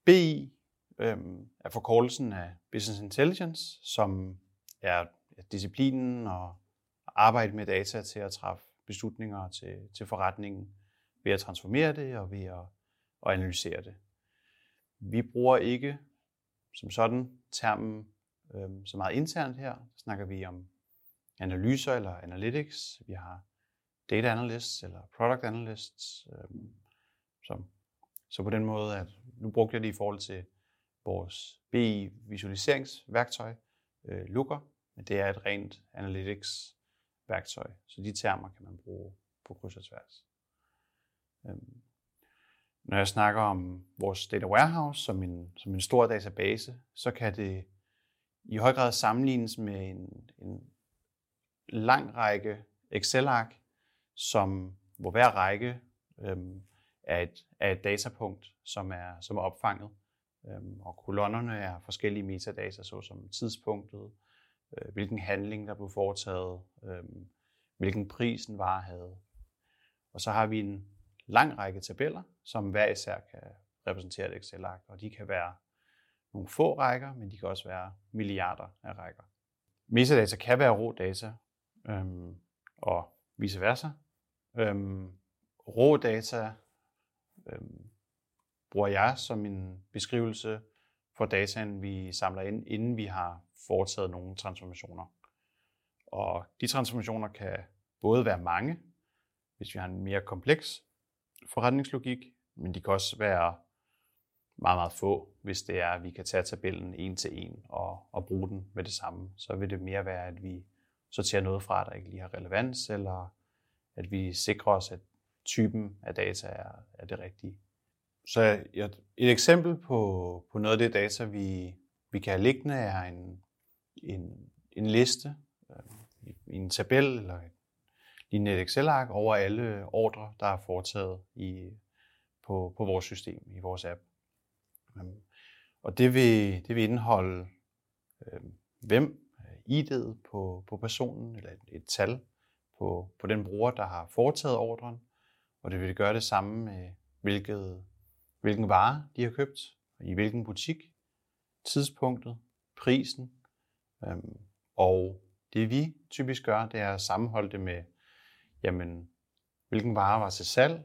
BI er forkortelsen af Business Intelligence, som er disciplinen og arbejde med data til at træffe beslutninger til forretningen ved at transformere det og ved at analysere det. Vi bruger ikke som sådan termen så meget internt her. Der snakker vi om analyser eller analytics. Vi har data analysts eller product analysts. Så på den måde, at nu brugte jeg det i forhold til vores BI-visualiseringsværktøj, Looker, men det er et rent analytics-værktøj. Så de termer kan man bruge på kryds og tværs. Når jeg snakker om vores data warehouse som en stor database, så kan det i høj grad sammenlignes med en lang række Excel-ark, hvor hver række er et datapunkt, som er opfanget. Og kolonnerne er forskellige metadata, såsom tidspunktet, hvilken handling der blev foretaget, hvilken pris en vare havde. Og så har vi en lang række tabeller, som hver især kan repræsentere et Excel-ark, og de kan være nogle få rækker, men de kan også være milliarder af rækker. Metadata kan være rå data, og vice versa. Rå data bruger jeg som en beskrivelse for dataen, vi samler ind, inden vi har foretaget nogle transformationer. Og de transformationer kan både være mange, hvis vi har en mere kompleks forretningslogik, men de kan også være meget, meget få, hvis det er, at vi kan tage tabellen en til en og bruge den med det samme. Så vil det mere være, at vi sorterer noget fra, der ikke lige har relevans, eller at vi sikrer os, at typen af data er det rigtige. Så et eksempel på noget af det data, vi kan have liggende, er en liste i en tabel eller i et Excel-ark over alle ordrer, der er foretaget på vores system, i vores app. Og det vil indeholde hvem ID'et på personen, eller et tal på den bruger, der har foretaget ordren. Og det vil gøre det samme med hvilken vare de har købt, i hvilken butik, tidspunktet, prisen. Og det vi typisk gør, det er at sammenholde det med, hvilken vare var til salg,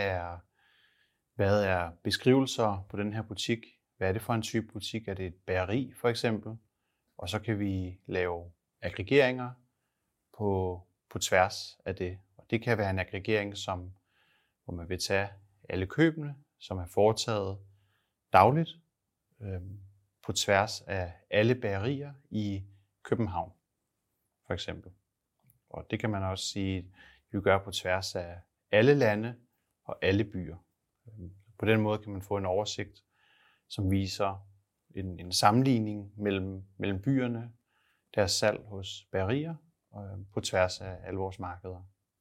hvad er beskrivelser på den her butik, hvad er det for en type butik, er det et bageri for eksempel, og så kan vi lave aggregeringer på tværs af det. Og det kan være en aggregering, hvor man vil tage alle købene, som er foretaget dagligt på tværs af alle bagerier i København, for eksempel. Og det kan man også sige, at vi gør på tværs af alle lande og alle byer. På den måde kan man få en oversigt, som viser en sammenligning mellem byerne, deres salg hos bagerier på tværs af alle vores markeder.